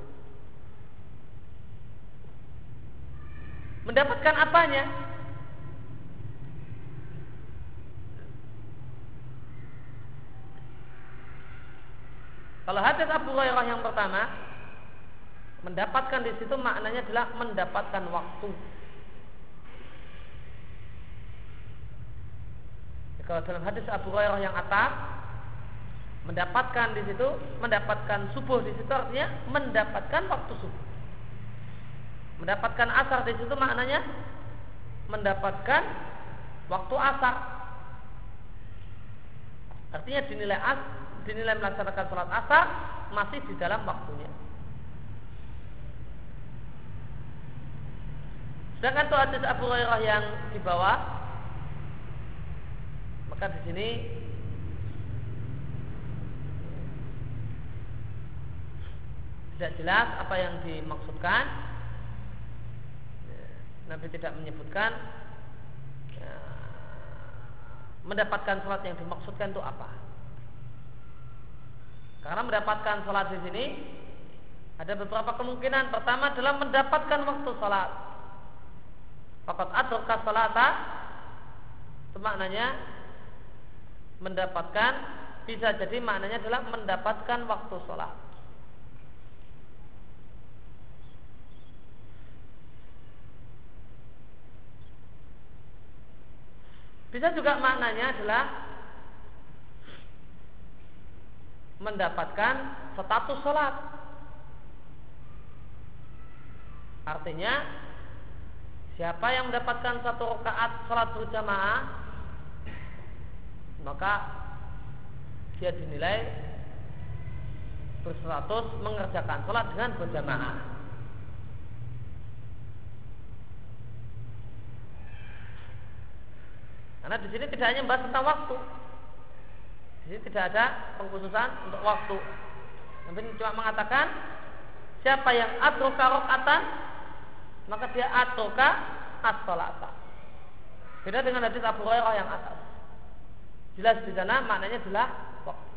Mendapatkan apanya? Kalau hadis Abu Hurairah yang pertama, mendapatkan di situ maknanya adalah mendapatkan waktu. Kalau dalam hadis Abu Hurairah yang atas, mendapatkan di situ, mendapatkan subuh di situ artinya mendapatkan waktu subuh. Mendapatkan asar di situ maknanya mendapatkan waktu asar. Artinya dinilai melaksanakan salat asar masih di dalam waktunya. Sedangkan itu hadis Abu Hurairah yang di bawah, maka di sini tidak jelas apa yang dimaksudkan. Nabi tidak menyebutkan mendapatkan salat yang dimaksudkan itu apa. Karena mendapatkan salat di sini ada beberapa kemungkinan. Pertama adalah mendapatkan waktu salat. Faqad adraka salata, itu maknanya mendapatkan, bisa jadi maknanya adalah mendapatkan waktu salat. Bisa juga maknanya adalah mendapatkan status salat. Artinya siapa yang mendapatkan 1 rakaat salat berjamaah, maka dia dinilai berstatus mengerjakan salat dengan berjamaah. Karena di sini tidak hanya membahas tentang waktu. Di sini tidak ada pengkhususan untuk waktu. Nabi cuma mengatakan siapa yang atroka rakaatan, maka dia atroka as-salata. Beda dengan hadis Abu Hurairah yang atas. Jelas di sana maknanya adalah waktu.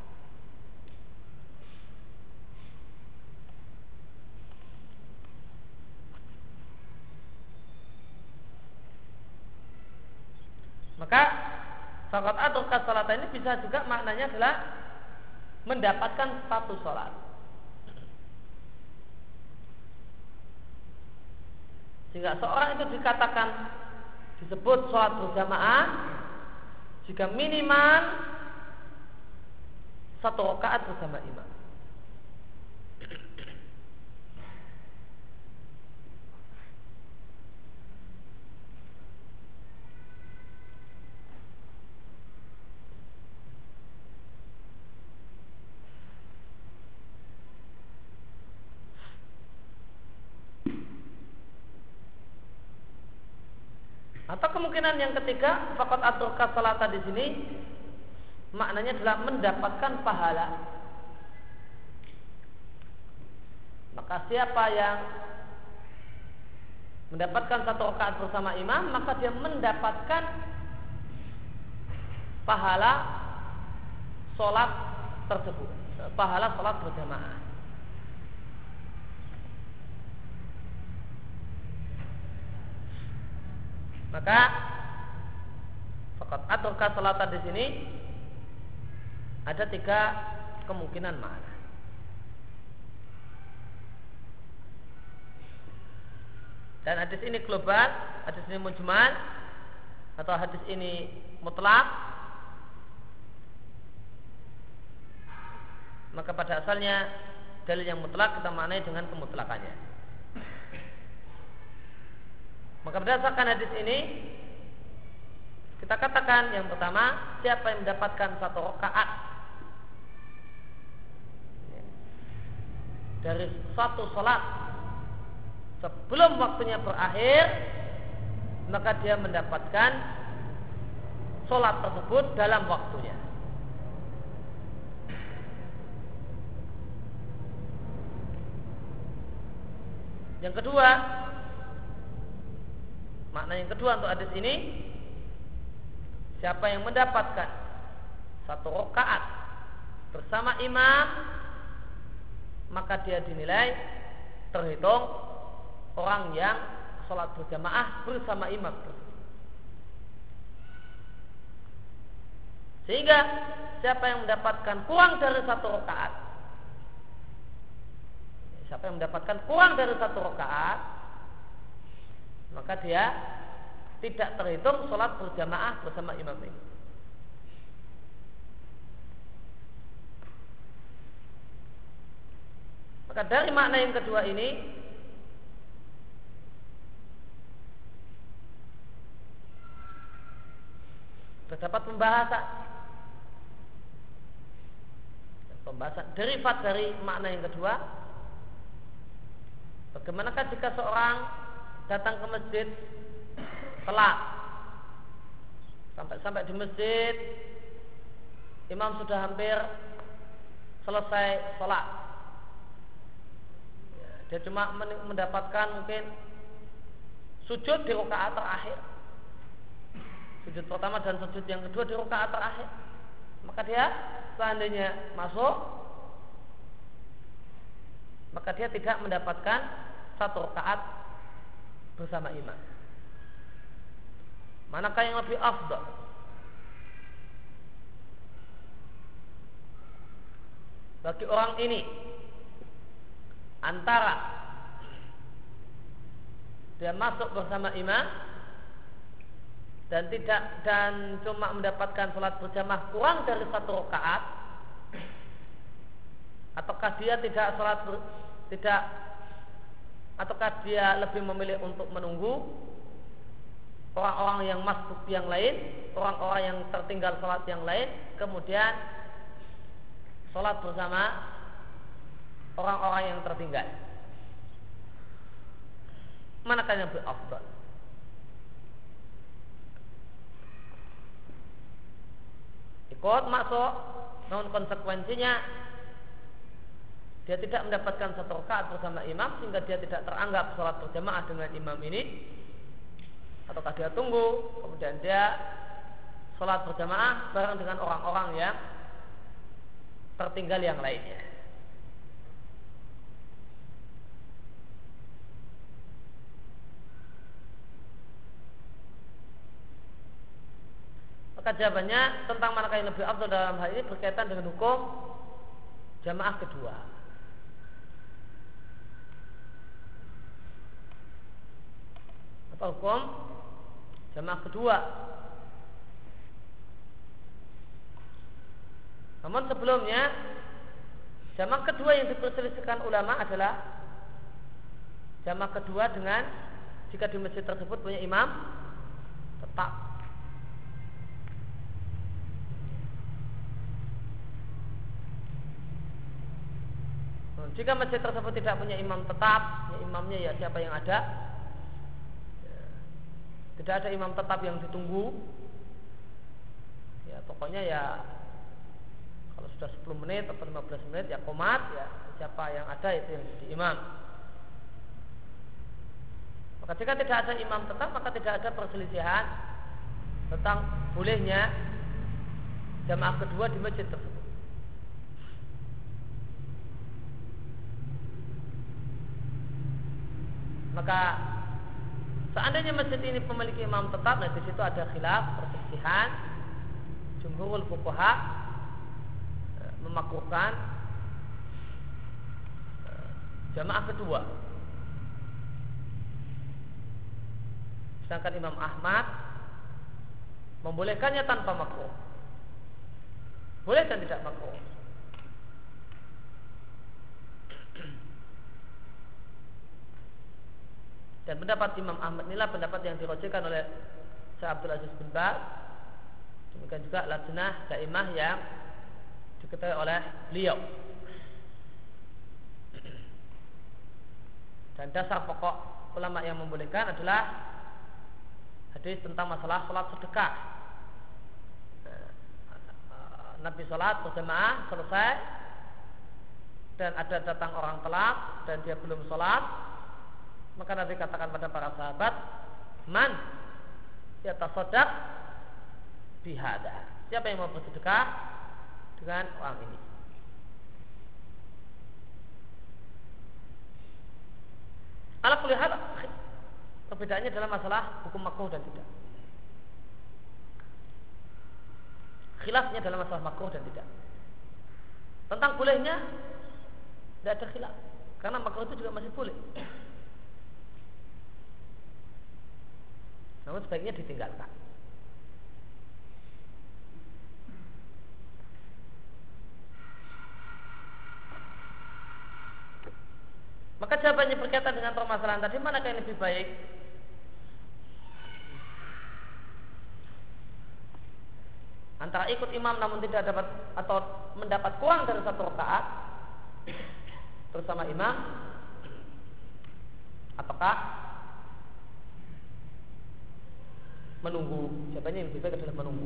Maka faqad atroka as-salata ini bisa juga maknanya adalah mendapatkan status salat. Sehingga seorang itu dikatakan disebut sholat berjamaah jika minimal 1 rakaat bersama imam. Atau kemungkinan yang ketiga, faqad adraka salata di sini maknanya adalah mendapatkan pahala. Maka siapa yang mendapatkan 1 rakaat bersama imam, maka dia mendapatkan pahala sholat tersebut, pahala sholat berjamaah. Maka faqad adraka salata di sini ada 3 kemungkinan makna. Dan hadis ini global, hadis ini mujmal, atau hadis ini mutlak. Maka pada asalnya dalil yang mutlak kita maknai dengan kemutlakannya. Maka berdasarkan hadis ini kita katakan yang pertama, siapa yang mendapatkan 1 rakaat dari suatu sholat sebelum waktunya berakhir, maka dia mendapatkan sholat tersebut dalam waktunya. Yang kedua, makna yang kedua untuk hadis ini, siapa yang mendapatkan 1 rakaat bersama imam, maka dia dinilai terhitung orang yang sholat berjamaah bersama imam. Sehingga siapa yang mendapatkan kurang dari 1 rakaat, siapa yang mendapatkan kurang dari 1 rakaat, maka dia tidak terhitung sholat berjamaah bersama imam ini. Maka dari makna yang kedua ini terdapat pembahasan derivat dari makna yang kedua. Bagaimanakah jika seorang datang ke masjid telat, sampai di masjid imam sudah hampir selesai sholat, dia cuma mendapatkan mungkin sujud di rakaat terakhir, sujud pertama dan sujud yang kedua di rakaat terakhir, maka dia seandainya masuk, maka dia tidak mendapatkan 1 rakaat bersama imam. Manakah yang lebih afdal? Bagi orang ini antara dia masuk bersama imam dan cuma mendapatkan sholat berjamaah kurang dari 1 rakaat, ataukah dia ataukah dia lebih memilih untuk menunggu orang-orang yang masbuk yang lain, orang-orang yang tertinggal sholat yang lain, kemudian sholat bersama orang-orang yang tertinggal. Manakah yang lebih afdal? Ikut masuk, namun konsekuensinya dia tidak mendapatkan 1 rakaat bersama imam, sehingga dia tidak teranggap sholat berjamaah dengan imam ini. Ataukah dia tunggu, kemudian dia sholat berjamaah bareng dengan orang-orang yang tertinggal yang lainnya. Maka jawabannya tentang manakah yang lebih afdal dalam hal ini berkaitan dengan hukum jamaah kedua. Apa hukum jamaah kedua? Namun sebelumnya, jamaah kedua yang diperselisihkan ulama adalah jamaah kedua dengan jika di masjid tersebut punya imam tetap. Jika masjid tersebut tidak punya imam tetap, ya imamnya ya siapa yang ada. Tidak ada imam tetap yang ditunggu. Ya pokoknya ya kalau sudah 10 menit atau 15 menit ya qomat, ya siapa yang ada itu yang jadi imam. Maka jika tidak ada imam tetap, maka tidak ada perselisihan tentang bolehnya jamaah kedua di masjid tersebut. Maka seandainya masjid ini memiliki imam tetap, nah di situ ada khilaf, perselisihan. Jumhurul fuqaha memakruhkan jamaah kedua. Sedangkan Imam Ahmad membolehkannya tanpa makruh. Boleh dan tidak makruh. Dan pendapat Imam Ahmad inilah pendapat yang dirojekkan oleh Syekh Abdul Aziz bin Baz. Demikian juga Lajnah Daimah yang diketahui oleh beliau. Dan dasar pokok ulama yang membolehkan adalah hadis tentang masalah sholat sedekah. Nabi sholat berjamaah selesai dan ada datang orang telat dan dia belum sholat, maka Nabi katakan pada para sahabat, man yatasaddaq bihada, siapa yang mau bersedekah dengan orang ini. Ala kulli hal, perbedaannya dalam masalah hukum makruh dan tidak. Khilafnya dalam masalah makruh dan tidak. Tentang bolehnya tidak ada khilaf, karena makruh itu juga masih boleh. Namun sebaiknya ditinggalkan. Maka jawabannya berkaitan dengan permasalahan tadi, manakah yang lebih baik? Antara ikut imam namun tidak dapat atau mendapat kurang dari 1 rakaat bersama imam, ataukah menunggu? Jawabannya yang lebih baik adalah menunggu.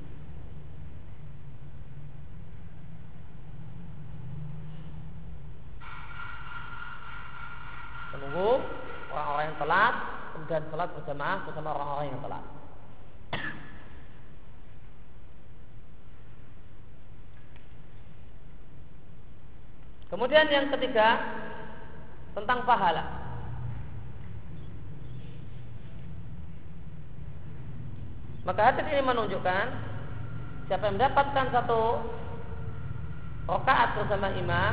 Menunggu orang-orang yang telat, kemudian sholat berjamaah bersama orang-orang yang telat. Kemudian yang ketiga, tentang pahala. Maka hadis ini menunjukkan siapa yang mendapatkan 1 rakaat bersama imam,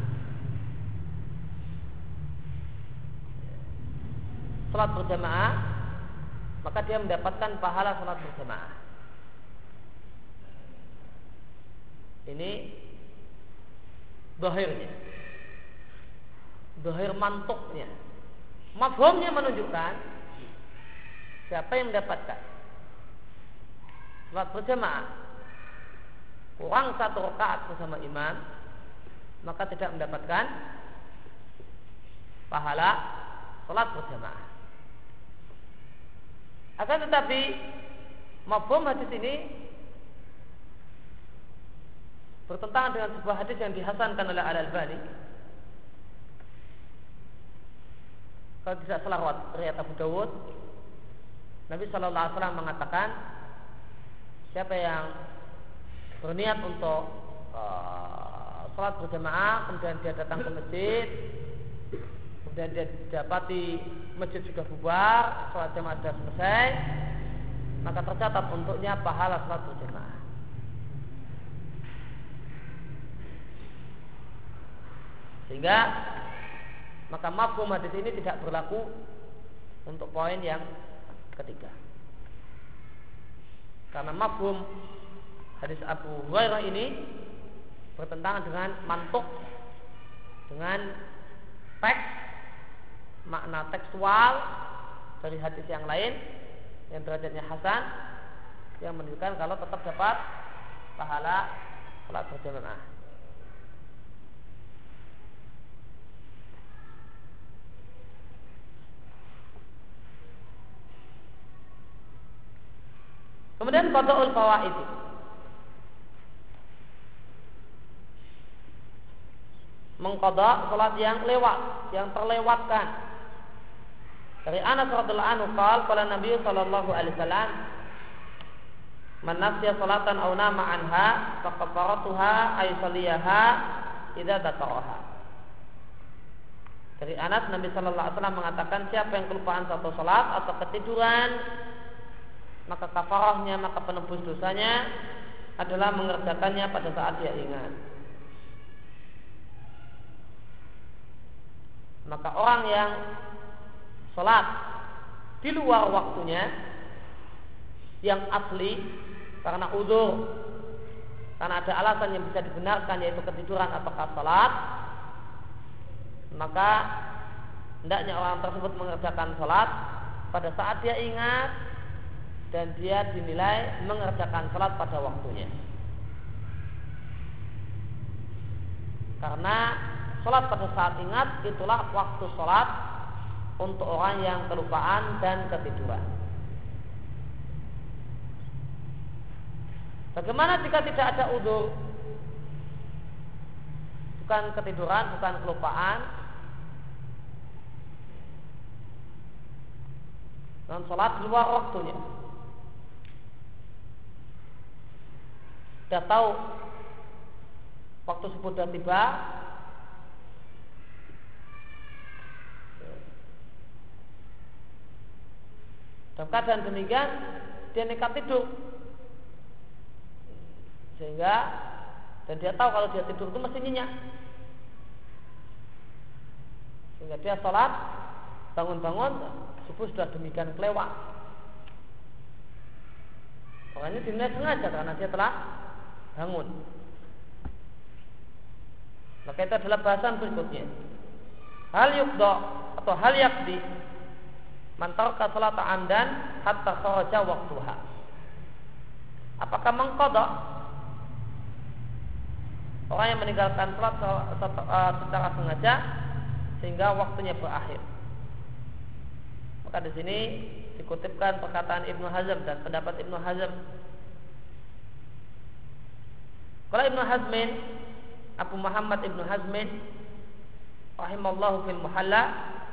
salat berjamaah, maka dia mendapatkan pahala salat berjamaah. Ini zahirnya, zahir mantuknya. Mafhumnya menunjukkan siapa yang mendapatkan salat berjamaah kurang 1 rakaat bersama imam, maka tidak mendapatkan pahala salat berjamaah. Akan tetapi mafhum hadis ini bertentangan dengan sebuah hadis yang dihasankan oleh Al-Albani. Kalau tidak salah riwayat Abu Dawud, Nabi sallallahu alaihi wasallam mengatakan, siapa yang berniat untuk salat berjamaah, kemudian dia datang ke masjid, kemudian dia dapati masjid sudah bubar, salat jamaah sudah selesai, maka tercatat untuknya pahala salat berjamaah. Sehingga maka mafhum hadis ini tidak berlaku untuk poin yang ketiga. Karena mafhum hadis Abu Hurairah ini bertentangan dengan mantuk, dengan teks, makna tekstual dari hadis yang lain yang derajatnya hasan, yang menunjukkan kalau tetap dapat pahala salat berjamaah. Kemudian qada'ul fawaid, mengqada salat yang lewat, yang terlewatkan. Dari Anas radhiyallahu anhu qala Nabi sallallahu alaihi wasallam, man nasiya salatan aw nama anha faqafaratuha ay saliyaha idza dzakaraha. Dari Anas, Nabi sallallahu alaihi wasallam mengatakan, siapa yang kelupaan satu salat atau ketiduran, maka kafarahnya, maka penebus dosanya adalah mengerjakannya pada saat dia ingat. Maka orang yang sholat di luar waktunya yang asli karena uzur, karena ada alasan yang bisa dibenarkan, yaitu ketiduran atau sholat, maka hendaknya orang tersebut mengerjakan sholat pada saat dia ingat dan dia dinilai mengerjakan sholat pada waktunya. Karena sholat pada saat ingat itulah waktu sholat untuk orang yang kelupaan dan ketiduran. Bagaimana jika tidak ada udzur? Bukan ketiduran, bukan kelupaan, dan sholat di luar waktunya. Sudah tahu waktu subuh sudah tiba, dalam keadaan demikian dia nekat tidur, sehingga dan dia tahu kalau dia tidur itu mesti nyenyak, sehingga dia sholat, bangun-bangun subuh sudah demikian kelewat. Orang ini dinilai sengaja karena dia telah bangun. Maka itu adalah bahasan berikutnya. Hal yukdo atau hal yakdi man taraka salata amdan hatta kharaja waqtuha. Apakah mengqada orang yang meninggalkan salat secara sengaja sehingga waktunya berakhir? Maka di sini dikutipkan perkataan Ibnu Hazm dan pendapat Ibnu Hazm. Kalau Ibnu Hazmin, Abu Muhammad Ibnu Hazmin rahimallahu fil Muhalla,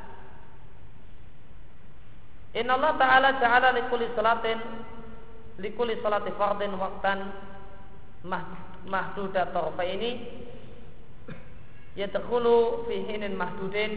inna Allah ta'ala ja'ala likulli salati fardin waqtan mahduda tarfaini yadkhulu fi hinin mahdudin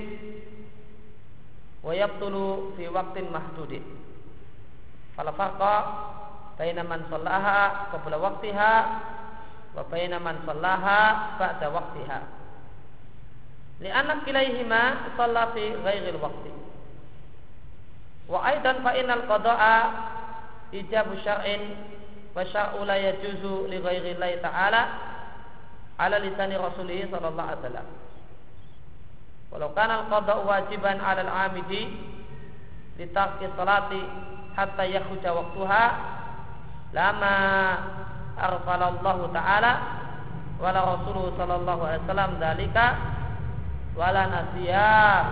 wa yabtulu fi waqtin mahdudin. Fala farqa baina man shallaha qabla waqtiha wa baina man shallaha ba'da waqtiha. Li'anna kilaihima shalla fi ghairil waqti. Wa aidan fa innal qada'a ijabu syar'in wa syar'u la yajuzu li ghairi Allah ta'ala ala lisani Rasulih sallallahu alaihi wasallam. Walau kana al-qada'u wajiban 'ala al-'amidi li tarki salati hatta yakhruja waqtuha lama arsalallahu ta'ala wala Rasulullah sallallahu alaihi wasallam dzalika wala nasiyahu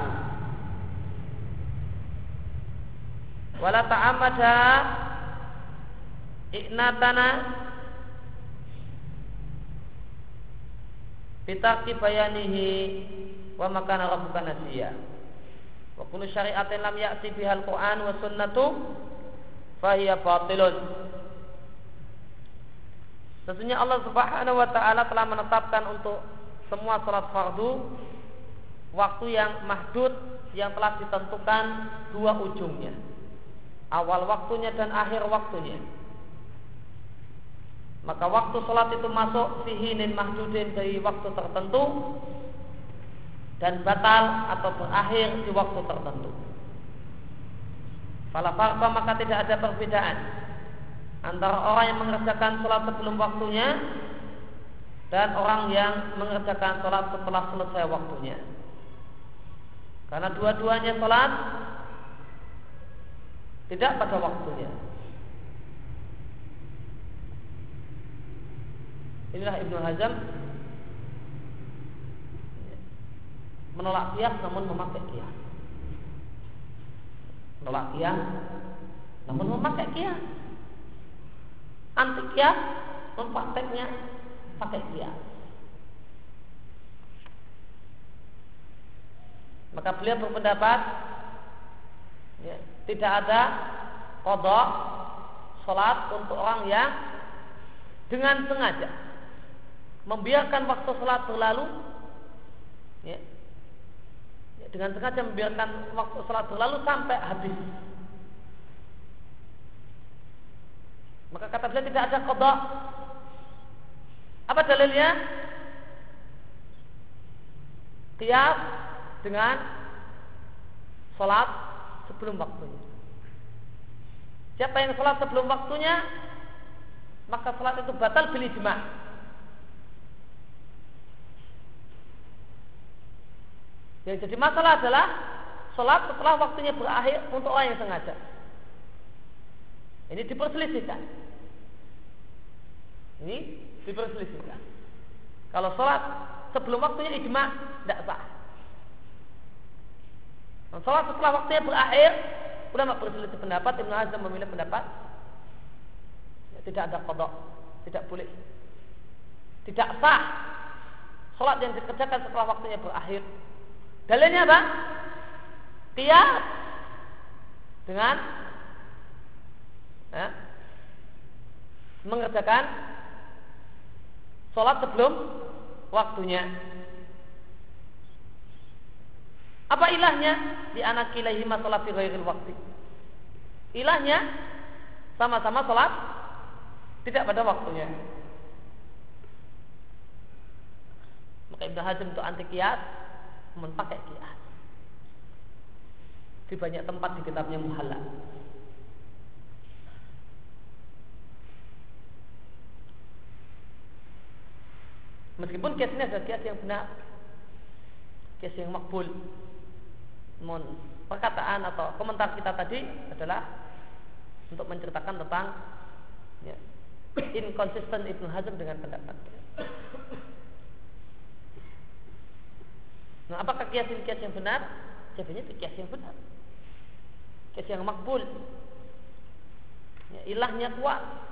wala ta'ammada i'natana bitaqi bayanihi wa makana rabbuka nasiya wa kullu syari'atin lam ya'ti bihal Qur'an wa sunnatu fahiya batilun. Sesungguhnya Allah Subhanahu wa taala telah menetapkan untuk semua salat fardu waktu yang mahdud, yang telah ditentukan dua ujungnya, awal waktunya dan akhir waktunya. Maka waktu salat itu masuk fi hinin mahdudin, dari waktu tertentu, dan batal atau berakhir di waktu tertentu. Fala farqa, maka tidak ada perbedaan antara orang yang mengerjakan sholat sebelum waktunya dan orang yang mengerjakan sholat setelah selesai waktunya. Karena dua-duanya sholat tidak pada waktunya. Inilah Ibnu Hazm menolak qiyas namun memakai qiyas. Menolak qiyas namun memakai qiyas. Anti qiyas, memprakteknya pakai qiyas. Maka beliau berpendapat tidak ada qada salat untuk orang yang dengan sengaja membiarkan waktu salat berlalu, dengan sengaja membiarkan waktu salat berlalu sampai habis. Maka kata beliau tidak ada qada. Apa dalilnya? Qiyas dengan salat sebelum waktunya. Siapa yang salat sebelum waktunya, maka salat itu batal bil ijma'. Yang jadi masalah adalah salat setelah waktunya berakhir untuk orang yang sengaja. Ini diperselisihkan. Kalau sholat sebelum waktunya ijma' tidak sah. Dan sholat setelah waktunya berakhir, ulama berselisih pendapat. Ibnu Hazm memilih pendapat tidak ada qada, tidak boleh, tidak sah sholat yang dikerjakan setelah waktunya berakhir. Dalilnya apa? Qiyas dengan mengerjakan sholat sebelum waktunya. Apa ilahnya? Di anak ilahi masalah fi ghairil waqti. Ilahnya sama-sama sholat tidak pada waktunya. Maka Ibnu Hazm itu anti qiyas, memakai qiyas. Di banyak tempat di kitabnya Muhalla. Meskipun kias ini adalah kias yang benar, kias yang makbul, namun perkataan atau komentar kita tadi adalah untuk menceritakan tentang inkonsisten Ibnu Hazm dengan pendapatnya. Nah, apakah kias ini kias yang benar? Jadinya itu kias yang benar, kias yang makbul, ilahnya kuat.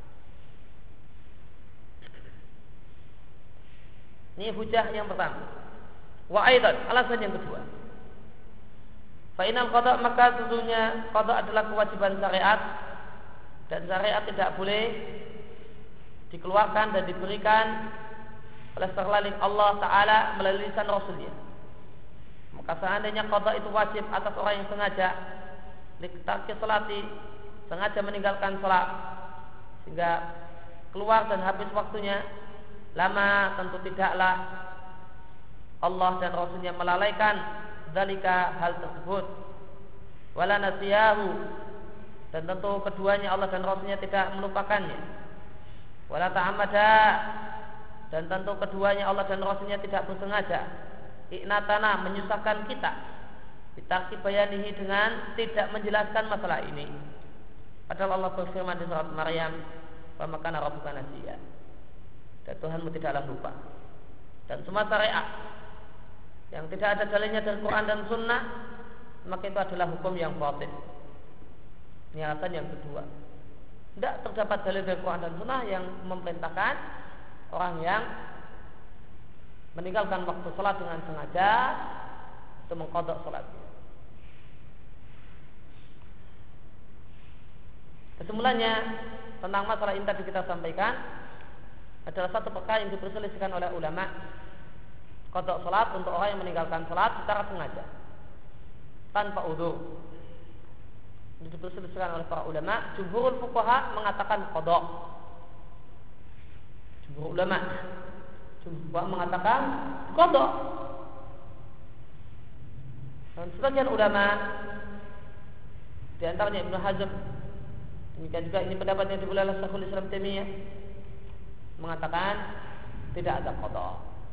Ini hujah yang pertama. Wa aidan, alasan yang kedua. Fa inal qada, maka sesungguhnya qada adalah kewajiban syariat, dan syariat tidak boleh dikeluarkan dan diberikan oleh selain Allah Ta'ala melalui lisan Rasulnya. Maka seandainya qada itu wajib atas orang yang sengaja litarki salati, sengaja meninggalkan salat sehingga keluar dan habis waktunya, lama tentu tidaklah Allah dan Rasulnya melalaikan dzalika, hal tersebut, wala nasiyahu, dan tentu keduanya Allah dan Rasulnya tidak melupakannya, wala ta'amada, dan tentu keduanya Allah dan Rasulnya tidak bersengaja i'natana, menyusahkan kita bitarki bayanihi, dengan tidak menjelaskan masalah ini. Padahal Allah berfirman di surat Maryam, wa makana rabbuka nasiya, dan Tuhanmu tidaklah lupa. Dan semua syariat yang tidak ada dalilnya dari Quran dan Sunnah, maka itu adalah hukum yang batil. Ini alasan yang kedua. Tidak terdapat dalil dari Quran dan Sunnah yang memerintahkan orang yang meninggalkan waktu sholat dengan sengaja untuk mengqadha sholatnya. Kesimpulannya tentang masalah ini tadi kita sampaikan adalah satu perkara yang diperselisihkan oleh ulama, qadha salat untuk orang yang meninggalkan salat secara sengaja tanpa udzur. Ini diperselisihkan oleh para ulama. Jumhurul fuqaha mengatakan qadha. Jumhur ulama mengatakan qadha. Dan sebagian ulama Di antaranya Ibnu Hazm. Demikian juga ini pendapatnya dipilih oleh Syekhul Islam Taimiyah, mengatakan tidak ada qada.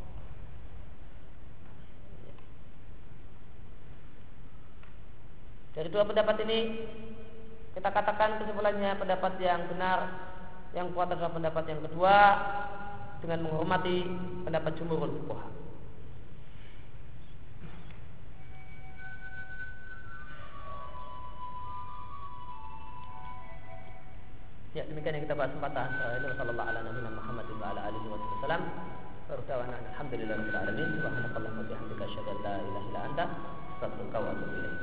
Dari dua pendapat ini kita katakan kesimpulannya pendapat yang benar, yang kuat adalah pendapat yang kedua, dengan menghormati pendapat jumhurul fuqaha. Ya, demikian yang kita bahas kesempatan ini. Sallallahu ala nabiyina Muhammadin wa ala alihi wasallam. Alhamdulillahirabbil alamin. Subhanakallahumma wa bihamdika asyhadu an la ilaha illa anta astaghfiruka wa atubu ilaik.